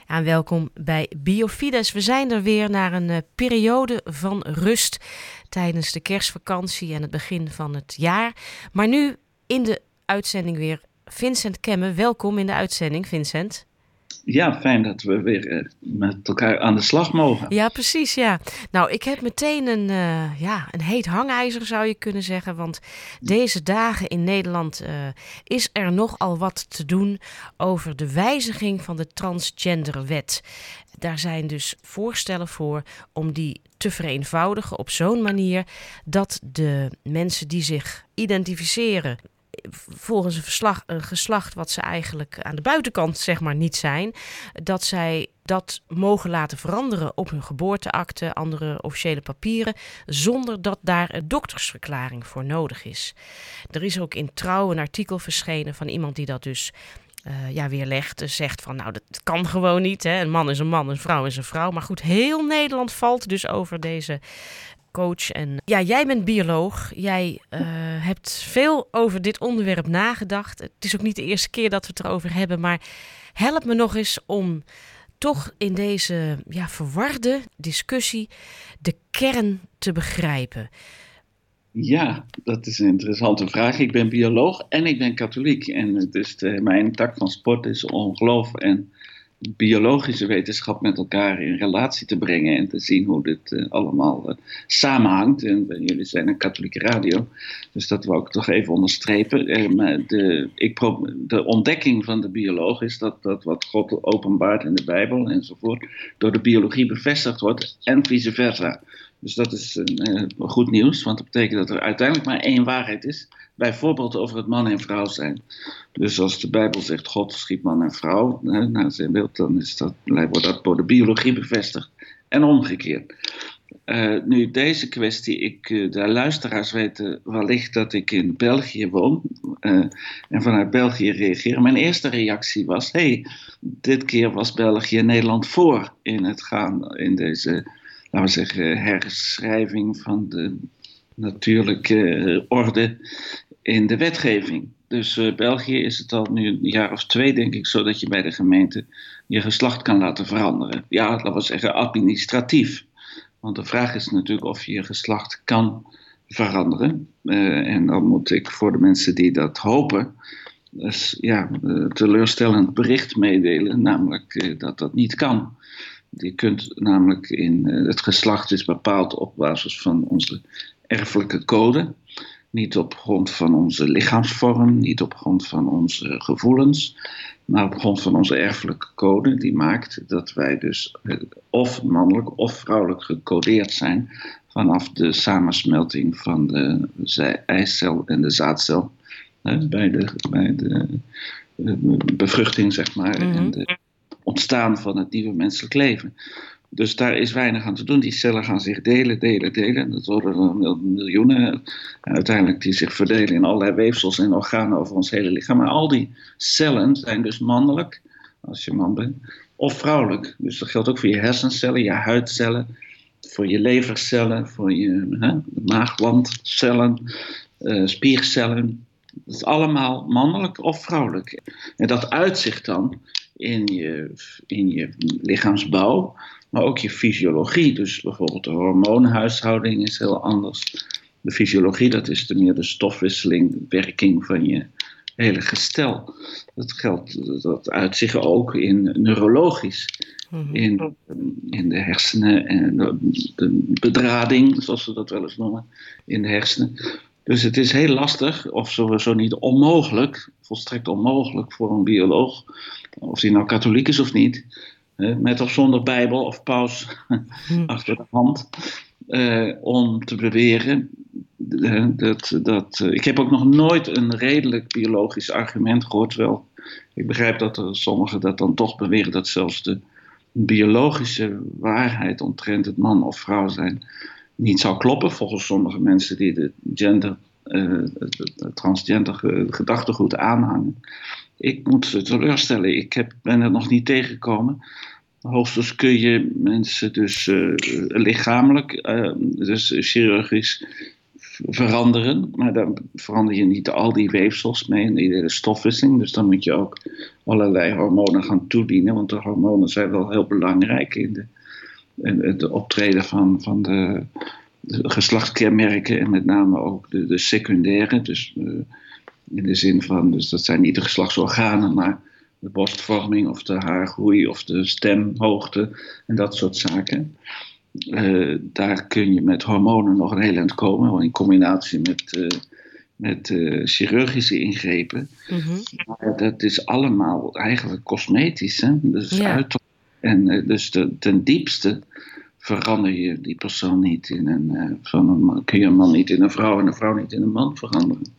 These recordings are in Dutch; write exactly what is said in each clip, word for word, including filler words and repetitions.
En welkom bij Biofides. We zijn er weer naar een uh, periode van rust tijdens de kerstvakantie en het begin van het jaar. Maar nu in de uitzending weer Vincent Kemme. Welkom in de uitzending, Vincent. Ja, fijn dat we weer uh, met elkaar aan de slag mogen. Ja, precies, ja. Nou, ik heb meteen een, uh, ja, een heet hangijzer, zou je kunnen zeggen. Want deze dagen in Nederland uh, is er nogal wat te doen over de wijziging van de transgenderwet. Daar zijn dus voorstellen voor om die te vereenvoudigen op zo'n manier dat de mensen die zich identificeren volgens een, verslag, een geslacht wat ze eigenlijk aan de buitenkant zeg maar niet zijn, dat zij dat mogen laten veranderen op hun geboorteakte, andere officiële papieren, zonder dat daar een doktersverklaring voor nodig is. Er is ook in Trouw een artikel verschenen van iemand die dat dus Uh, ja, weerlegt, zegt van nou, dat kan gewoon niet. Hè? Een man is een man, een vrouw is een vrouw. Maar goed, heel Nederland valt dus over deze coach. En ja, jij bent bioloog. Jij uh, hebt veel over dit onderwerp nagedacht. Het is ook niet de eerste keer dat we het erover hebben. Maar help me nog eens om toch in deze ja, verwarde discussie de kern te begrijpen. Ja, dat is een interessante vraag. Ik ben bioloog en ik ben katholiek. En dus de, mijn tak van sport is om geloof en biologische wetenschap met elkaar in relatie te brengen. En te zien hoe dit uh, allemaal uh, samenhangt. En uh, jullie zijn een katholieke radio, dus dat wou ik toch even onderstrepen. Uh, de, ik pro- de ontdekking van de bioloog is dat, dat wat God openbaart in de Bijbel enzovoort door de biologie bevestigd wordt en vice versa. Dus dat is uh, goed nieuws, want dat betekent dat er uiteindelijk maar één waarheid is. Bijvoorbeeld over het man en vrouw zijn. Dus als de Bijbel zegt God schiep man en vrouw hè, naar zijn beeld, dan is dat, wordt dat door de biologie bevestigd en omgekeerd. Uh, nu deze kwestie, ik, uh, de luisteraars weten wellicht dat ik in België woon uh, en vanuit België reageer. Mijn eerste reactie was, hé, hey, dit keer was België Nederland voor in het gaan in deze, laten we zeggen, herschrijving van de natuurlijke uh, orde in de wetgeving. Dus uh, België is het al nu een jaar of twee, denk ik, zodat je bij de gemeente je geslacht kan laten veranderen. Ja, laten we zeggen administratief. Want de vraag is natuurlijk of je je geslacht kan veranderen. Uh, en dan moet ik voor de mensen die dat hopen, dus, ja, uh, teleurstellend bericht meedelen, namelijk uh, dat dat niet kan. Je kunt namelijk in uh, het geslacht is bepaald op basis van onze erfelijke code. Niet op grond van onze lichaamsvorm, niet op grond van onze gevoelens, maar op grond van onze erfelijke code. Die maakt dat wij dus of mannelijk of vrouwelijk gecodeerd zijn vanaf de samensmelting van de eicel en de zaadcel. Hè, bij, de, bij de bevruchting, zeg maar, mm-hmm. en het ontstaan van het nieuwe menselijk leven. Dus daar is weinig aan te doen. Die cellen gaan zich delen, delen, delen. Dat worden er miljoenen uiteindelijk die zich verdelen in allerlei weefsels en organen over ons hele lichaam. Maar al die cellen zijn dus mannelijk, als je man bent, of vrouwelijk. Dus dat geldt ook voor je hersencellen, je huidcellen, voor je levercellen, voor je hè, maagwandcellen, uh, spiercellen. Dat is allemaal mannelijk of vrouwelijk. En dat uitzicht dan in je, in je lichaamsbouw, maar ook je fysiologie. Dus bijvoorbeeld de hormoonhuishouding is heel anders. De fysiologie, dat is de meer de stofwisseling, de werking van je hele gestel. Dat geldt, dat uit zich ook in neurologisch. Mm-hmm. In, in de hersenen en de, de bedrading, zoals we dat wel eens noemen, in de hersenen. Dus het is heel lastig, of sowieso niet onmogelijk, volstrekt onmogelijk voor een bioloog, of die nou katholiek is of niet, met of zonder Bijbel of paus hmm. achter de hand, uh, om te beweren uh, dat, dat uh, ik heb ook nog nooit een redelijk biologisch argument gehoord. Wel, ik begrijp dat er sommigen dat dan toch beweren dat zelfs de biologische waarheid omtrent het man of vrouw zijn niet zou kloppen, volgens sommige mensen die de gender, uh, het transgender gedachtegoed aanhangen. Ik moet ze teleurstellen, ik heb, ben er nog niet tegengekomen. Hoogstens kun je mensen dus uh, lichamelijk, uh, dus chirurgisch veranderen. Maar dan verander je niet al die weefsels mee in de stofwisseling. Dus dan moet je ook allerlei hormonen gaan toedienen. Want de hormonen zijn wel heel belangrijk in, de, in het optreden van, van de, de geslachtskenmerken. En met name ook de, de secundaire. Dus uh, in de zin van, dus dat zijn niet de geslachtsorganen, maar de borstvorming of de haargroei of de stemhoogte en dat soort zaken. Uh, daar kun je met hormonen nog een heel eind komen, in combinatie met, uh, met uh, chirurgische ingrepen. Mm-hmm. Maar dat is allemaal eigenlijk cosmetisch. Hè? Dus, ja. uit, en, uh, dus de, ten diepste verander je die persoon niet in een, uh, van een man, kun je een man niet in een vrouw en een vrouw niet in een man veranderen.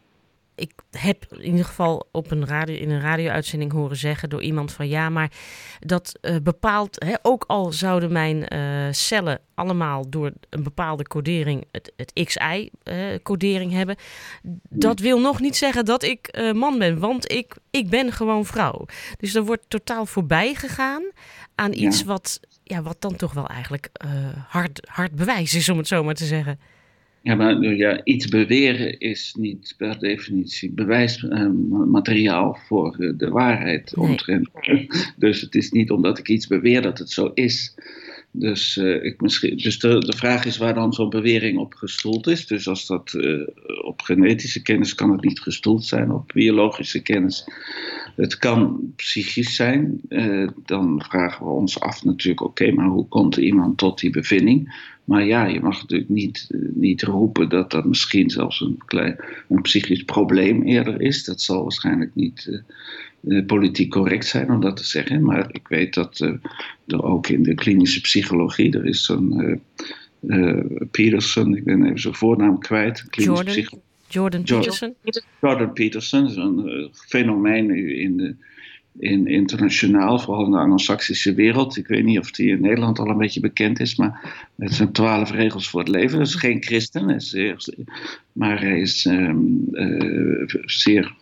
Ik heb in ieder geval op een radio, in een radio-uitzending horen zeggen door iemand van ja, maar dat uh, bepaalt, hè, ook al zouden mijn uh, cellen allemaal door een bepaalde codering het, het X Y-codering uh, hebben, dat wil nog niet zeggen dat ik uh, man ben, want ik, ik ben gewoon vrouw. Dus er wordt totaal voorbij gegaan aan iets ja. wat, ja, wat dan toch wel eigenlijk uh, hard, hard bewijs is, om het zo maar te zeggen. Ja, maar ja, iets beweren is niet per definitie bewijsmateriaal uh, voor uh, de waarheid nee. omtrent. Dus het is niet omdat ik iets beweer dat het zo is. Dus, uh, ik misschien, dus de, de vraag is waar dan zo'n bewering op gestoeld is. Dus als dat uh, op genetische kennis kan het niet gestoeld zijn, op biologische kennis. Het kan psychisch zijn. Uh, dan vragen we ons af natuurlijk, oké, okay, maar hoe komt iemand tot die bevinding? Maar ja, je mag natuurlijk niet, uh, niet roepen dat dat misschien zelfs een, klein, een psychisch probleem eerder is. Dat zal waarschijnlijk niet uh, uh, politiek correct zijn om dat te zeggen. Maar ik weet dat uh, er ook in de klinische psychologie, er is zo'n uh, uh, Peterson, ik ben even zijn voornaam kwijt. Jordan, psycho- Jordan Peterson. Jordan Peterson, zo'n uh, fenomeen nu in de... In, internationaal, vooral in de Anglo-Saxische wereld. Ik weet niet of die in Nederland al een beetje bekend is, maar het zijn twaalf regels voor het leven. Dat is geen christen, hij is zeer, maar hij is um, uh, zeer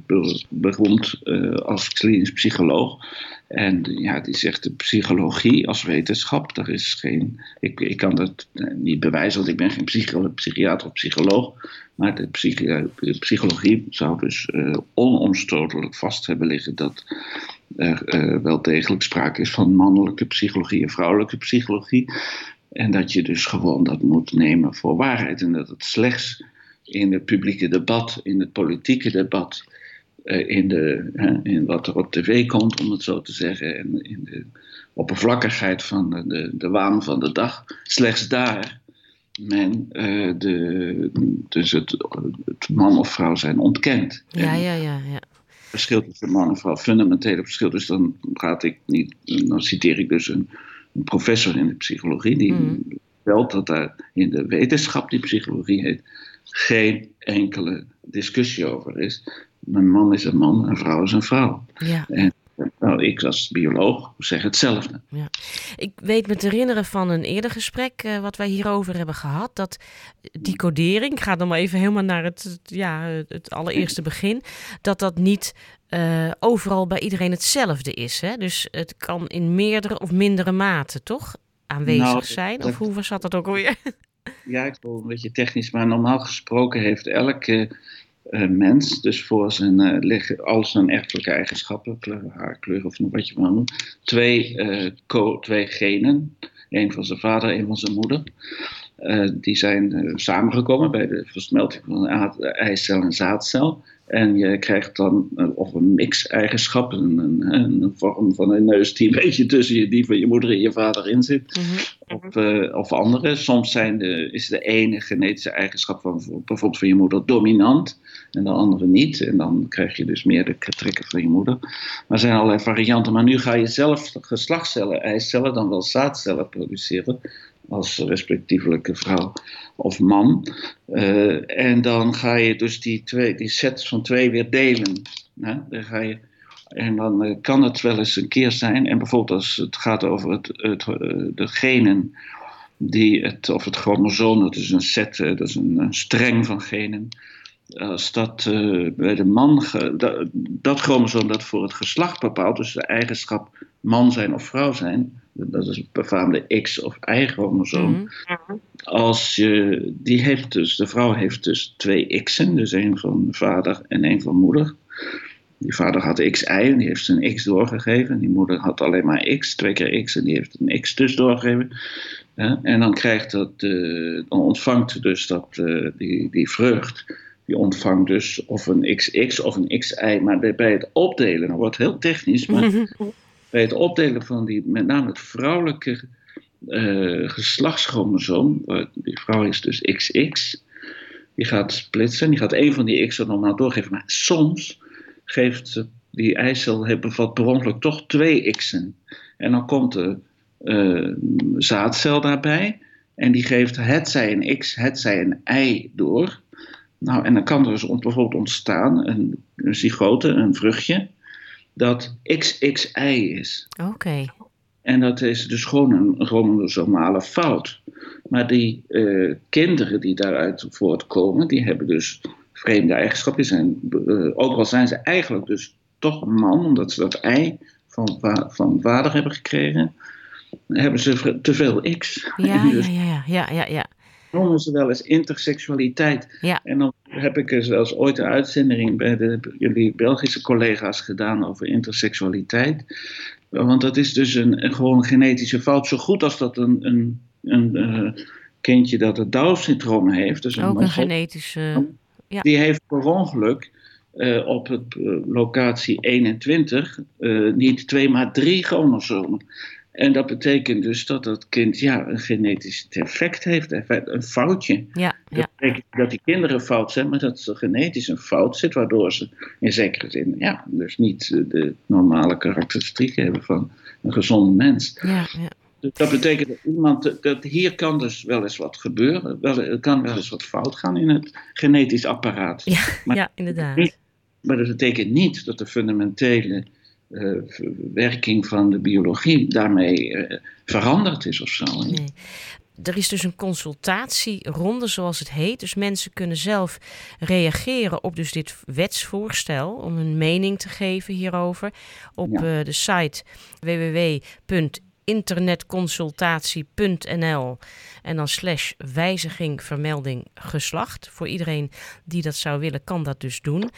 beroemd uh, als klinisch psycholoog. En ja, die zegt de psychologie als wetenschap, er is geen... Ik, ik kan dat niet bewijzen, want ik ben geen psycho, psychiater of psycholoog. Maar de, psychi- de psychologie zou dus uh, onomstotelijk vast hebben liggen dat er uh, wel degelijk sprake is van mannelijke psychologie en vrouwelijke psychologie. En dat je dus gewoon dat moet nemen voor waarheid. En dat het slechts in het publieke debat, in het politieke debat, uh, in, de, uh, in wat er op tv komt, om het zo te zeggen, en in de oppervlakkigheid van de, de, de waan van de dag, slechts daar men uh, de, dus het, het man of vrouw zijn ontkent. Ja, ja, ja, ja. Verschil tussen man en vrouw, fundamentele verschil. Dus dan gaat ik niet, dan citeer ik dus een, een professor in de psychologie die mm. stelt dat daar in de wetenschap, die psychologie heet, geen enkele discussie over is. Een man is een man, een vrouw is een vrouw. Ja. En nou, ik als bioloog zeg hetzelfde. Ja. Ik weet me te herinneren van een eerder gesprek uh, wat wij hierover hebben gehad, dat die codering, ik ga dan maar even helemaal naar het, ja, het allereerste begin, dat dat niet uh, overal bij iedereen hetzelfde is. Hè? Dus het kan in meerdere of mindere mate, toch, aanwezig nou, zijn? Of hoe zat dat ook alweer? Ja, ik wil een beetje technisch, maar normaal gesproken heeft elke uh, mens, dus voor zijn, uh, liggen al zijn echtelijke eigenschappen, kleur, haarkleur of wat je maar noemt, twee, uh, co- twee genen, één van zijn vader, één van zijn moeder. Uh, die zijn uh, samengekomen bij de versmelting van de eicel en zaadcel. En je krijgt dan uh, of een mix-eigenschap, een, een, een vorm van een neus die een beetje tussen je, die van je moeder en je vader in zit. Mm-hmm. Of, uh, of andere. Soms zijn de, is de ene genetische eigenschap van bijvoorbeeld van je moeder dominant en de andere niet. En dan krijg je dus meer de trekken van je moeder. Maar er zijn allerlei varianten. Maar nu ga je zelf geslachtscellen, eicellen, dan wel zaadcellen produceren als respectievelijke vrouw of man. Uh, en dan ga je dus die, twee, die sets van twee weer delen. Hè? Dan ga je, en dan uh, kan het wel eens een keer zijn, en bijvoorbeeld als het gaat over het, het, uh, de genen, die het, of het chromosoom, dat is een set, uh, dat is een, een streng van genen. Als dat uh, bij de man, ge, dat, dat chromosoom dat voor het geslacht bepaalt, dus de eigenschap man zijn of vrouw zijn, dat is het befaamde X- of Y-chromosoom. Mm-hmm. Als je, die heeft dus, de vrouw heeft dus twee X'en, dus één van vader en één van moeder. Die vader had X Y en die heeft zijn X doorgegeven. Die moeder had alleen maar X, twee keer X en die heeft een X dus doorgegeven. Ja, en dan krijgt dat, uh, dan ontvangt dus dat, uh, die, die vreugd, die ontvangt dus of een X X of een X Y. Maar bij het opdelen, dat wordt heel technisch, maar bij het opdelen van die, met name het vrouwelijke uh, geslachtschromosoom, die vrouw is dus X X, die gaat splitsen, die gaat één van die X'en normaal doorgeven. Maar soms geeft die eicel, bevat per ongeluk toch twee X'en. En dan komt de uh, zaadcel daarbij en die geeft hetzij een X, hetzij een Y door. Nou, en dan kan er dus bijvoorbeeld ontstaan een, een zygote, een vruchtje, dat X X Y is. Oké. Okay. En dat is dus gewoon een chromosomale fout. Maar die uh, kinderen die daaruit voortkomen, die hebben dus vreemde eigenschappen. Die zijn, uh, ook al zijn ze eigenlijk dus toch een man, omdat ze dat ei van, va- van vader hebben gekregen, hebben ze te veel X. Ja, dus ja, ja, ja, ja, ja. noemen ze wel eens interseksualiteit. Ja. En dan heb ik er zelfs ooit een uitzending bij de, jullie Belgische collega's gedaan over interseksualiteit. Want dat is dus een, een gewoon genetische fout. Zo goed als dat een, een, een uh, kindje dat het Down-syndroom heeft. Dus een ook een ongeluk, genetische... Ja. Die heeft per ongeluk uh, op het uh, locatie eenentwintig uh, niet twee, maar drie chromosomen. En dat betekent dus dat dat kind ja, een genetisch defect heeft, een foutje. Ja, ja. Dat betekent dat die kinderen fout zijn, maar dat er genetisch een fout zit, waardoor ze in zekere zin ja, dus niet de normale karakteristieken hebben van een gezonde mens. Ja, ja. Dus dat betekent dat iemand, dat hier kan dus wel eens wat gebeuren, wel, er kan wel eens wat fout gaan in het genetisch apparaat. Ja, maar, ja inderdaad. Niet, maar dat betekent niet dat de fundamentele Uh, werking van de biologie daarmee uh, veranderd is of zo. Nee. Er is dus een consultatieronde, zoals het heet. Dus mensen kunnen zelf reageren op dus dit wetsvoorstel om hun mening te geven hierover op ja. uh, de site w w w punt internetconsultatie punt n l en dan slash wijziging vermelding geslacht. Voor iedereen die dat zou willen, kan dat dus doen.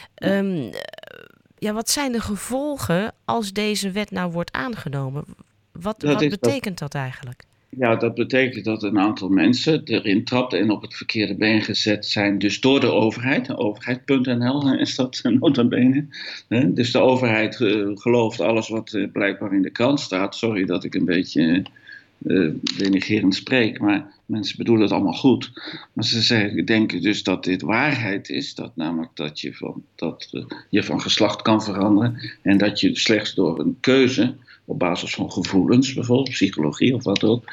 Um, Ja, wat zijn de gevolgen als deze wet nou wordt aangenomen? Wat, wat betekent dat, dat eigenlijk? Ja, dat betekent dat een aantal mensen erin trapt en op het verkeerde been gezet zijn. Dus door de overheid, overheid punt n l is dat nota bene. Dus de overheid uh, gelooft alles wat uh, blijkbaar in de krant staat. Sorry dat ik een beetje uh, denigrerend spreek, maar mensen bedoelen het allemaal goed. Maar ze zeggen, denken dus dat dit waarheid is. Dat namelijk dat je van, dat, uh, je van geslacht kan veranderen. En dat je slechts door een keuze, op basis van gevoelens, bijvoorbeeld psychologie of wat ook,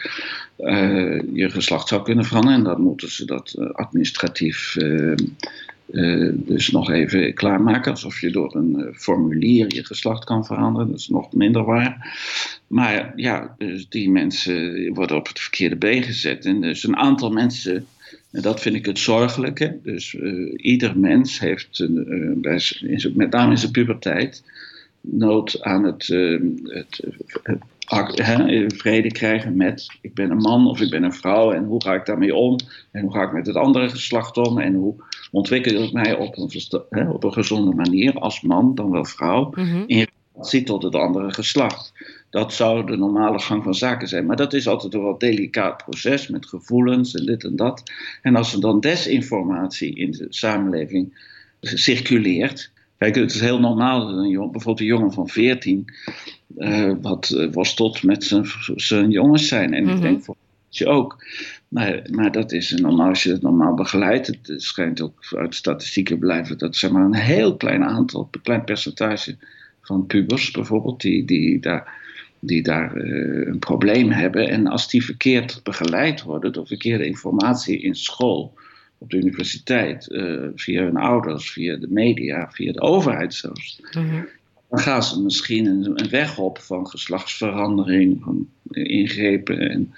uh, je geslacht zou kunnen veranderen. En dan moeten ze dat uh, administratief uh, uh, dus nog even klaarmaken. Alsof je door een uh, formulier je geslacht kan veranderen. Dat is nog minder waar. Maar ja, dus die mensen worden op het verkeerde been gezet. En dus een aantal mensen, en dat vind ik het zorgelijke. Dus uh, ieder mens heeft, uh, bij, in, met name in zijn puberteit, nood aan het, uh, het, het, het he, vrede krijgen met ik ben een man of ik ben een vrouw en hoe ga ik daarmee om en hoe ga ik met het andere geslacht om en hoe ontwikkel ik mij op een, he, op een gezonde manier als man dan wel vrouw mm-hmm. in relatie tot het andere geslacht. Dat zou de normale gang van zaken zijn. Maar dat is altijd een wat delicaat proces met gevoelens en dit en dat. En als er dan desinformatie in de samenleving circuleert. Kijk, het is heel normaal dat een jongen, bijvoorbeeld een jongen van veertien uh, wat uh, worstelt met zijn, zijn jongens zijn. En mm-hmm. ik denk voor je ook. Maar, maar dat is normaal als je het normaal begeleidt. Het schijnt ook uit statistieken blijven dat zeg maar een heel klein aantal, een klein percentage van pubers bijvoorbeeld, die, die daar, die daar uh, een probleem hebben. En als die verkeerd begeleid worden door verkeerde informatie in school, op de universiteit, uh, via hun ouders, via de media, via de overheid zelfs, mm-hmm. dan gaan ze misschien een, een weg op van geslachtsverandering, van ingrepen. En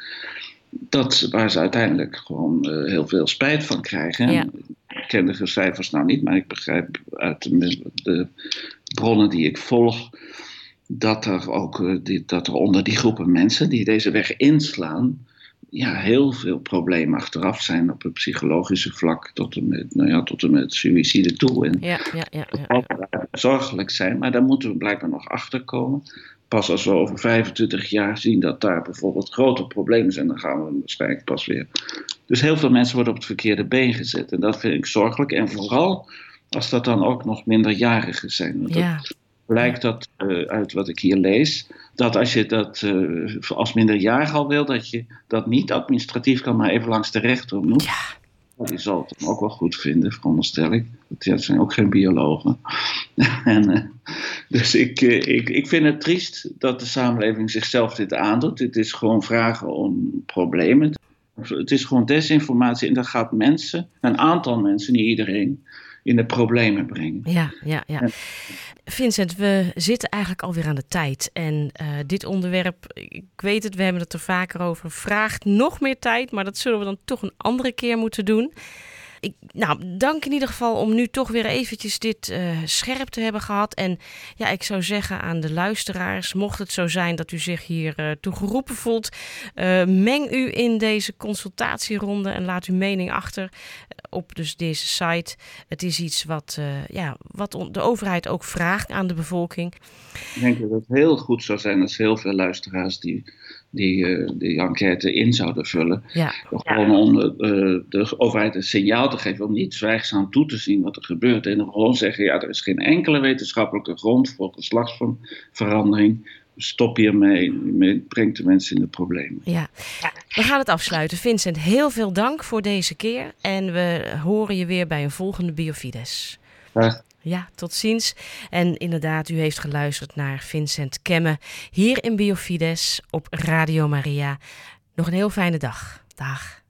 dat waar ze uiteindelijk gewoon uh, heel veel spijt van krijgen. Ja. Ik ken de cijfers nou niet, maar ik begrijp uit de, de bronnen die ik volg dat er ook uh, die, dat er onder die groepen mensen die deze weg inslaan, ja, heel veel problemen achteraf zijn op het psychologische vlak, tot en met, nou ja, tot en met suïcide toe. En Ja, ja, ja, ja, dat ja. kan zorgelijk zijn, maar daar moeten we blijkbaar nog achter komen. Pas als we over vijfentwintig jaar zien dat daar bijvoorbeeld grote problemen zijn, dan gaan we waarschijnlijk pas weer. Dus heel veel mensen worden op het verkeerde been gezet. En dat vind ik zorgelijk. En vooral als dat dan ook nog minderjarigen zijn. Want Ja. dat blijkt dat uh, uit wat ik hier lees, dat als je dat uh, als minderjarige al wil, dat je dat niet administratief kan, maar even langs de rechter moet. Ja. Die zal het dan ook wel goed vinden, veronderstel ik. Want ja, het zijn ook geen biologen. en, uh, dus ik, uh, ik, ik vind het triest dat de samenleving zichzelf dit aandoet. Het is gewoon vragen om problemen. Het is gewoon desinformatie en dat gaat mensen, een aantal mensen, niet iedereen, in de problemen brengen. Ja, ja, ja. Vincent, we zitten eigenlijk alweer aan de tijd. En uh, dit onderwerp, ik weet het, we hebben het er vaker over, vraagt nog meer tijd. Maar dat zullen we dan toch een andere keer moeten doen. Ik, nou, dank in ieder geval om nu toch weer eventjes dit uh, scherp te hebben gehad. En ja, ik zou zeggen aan de luisteraars, mocht het zo zijn dat u zich hier uh, toe geroepen voelt, uh, meng u in deze consultatieronde en laat uw mening achter op dus deze site. Het is iets wat, uh, ja, wat de overheid ook vraagt aan de bevolking. Ik denk dat het heel goed zou zijn als heel veel luisteraars die die, uh, die enquête in zouden vullen. Ja. Gewoon om uh, de overheid een signaal te geven om niet zwijgzaam toe te zien wat er gebeurt. En gewoon zeggen, ja, er is geen enkele wetenschappelijke grond voor geslachtsverandering. Stop hiermee, brengt de mensen in de problemen. Ja. We gaan het afsluiten. Vincent, heel veel dank voor deze keer. En we horen je weer bij een volgende Biofides. Ja. Ja, tot ziens. En inderdaad, u heeft geluisterd naar Vincent Kemme hier in Biofides op Radio Maria. Nog een heel fijne dag. Dag.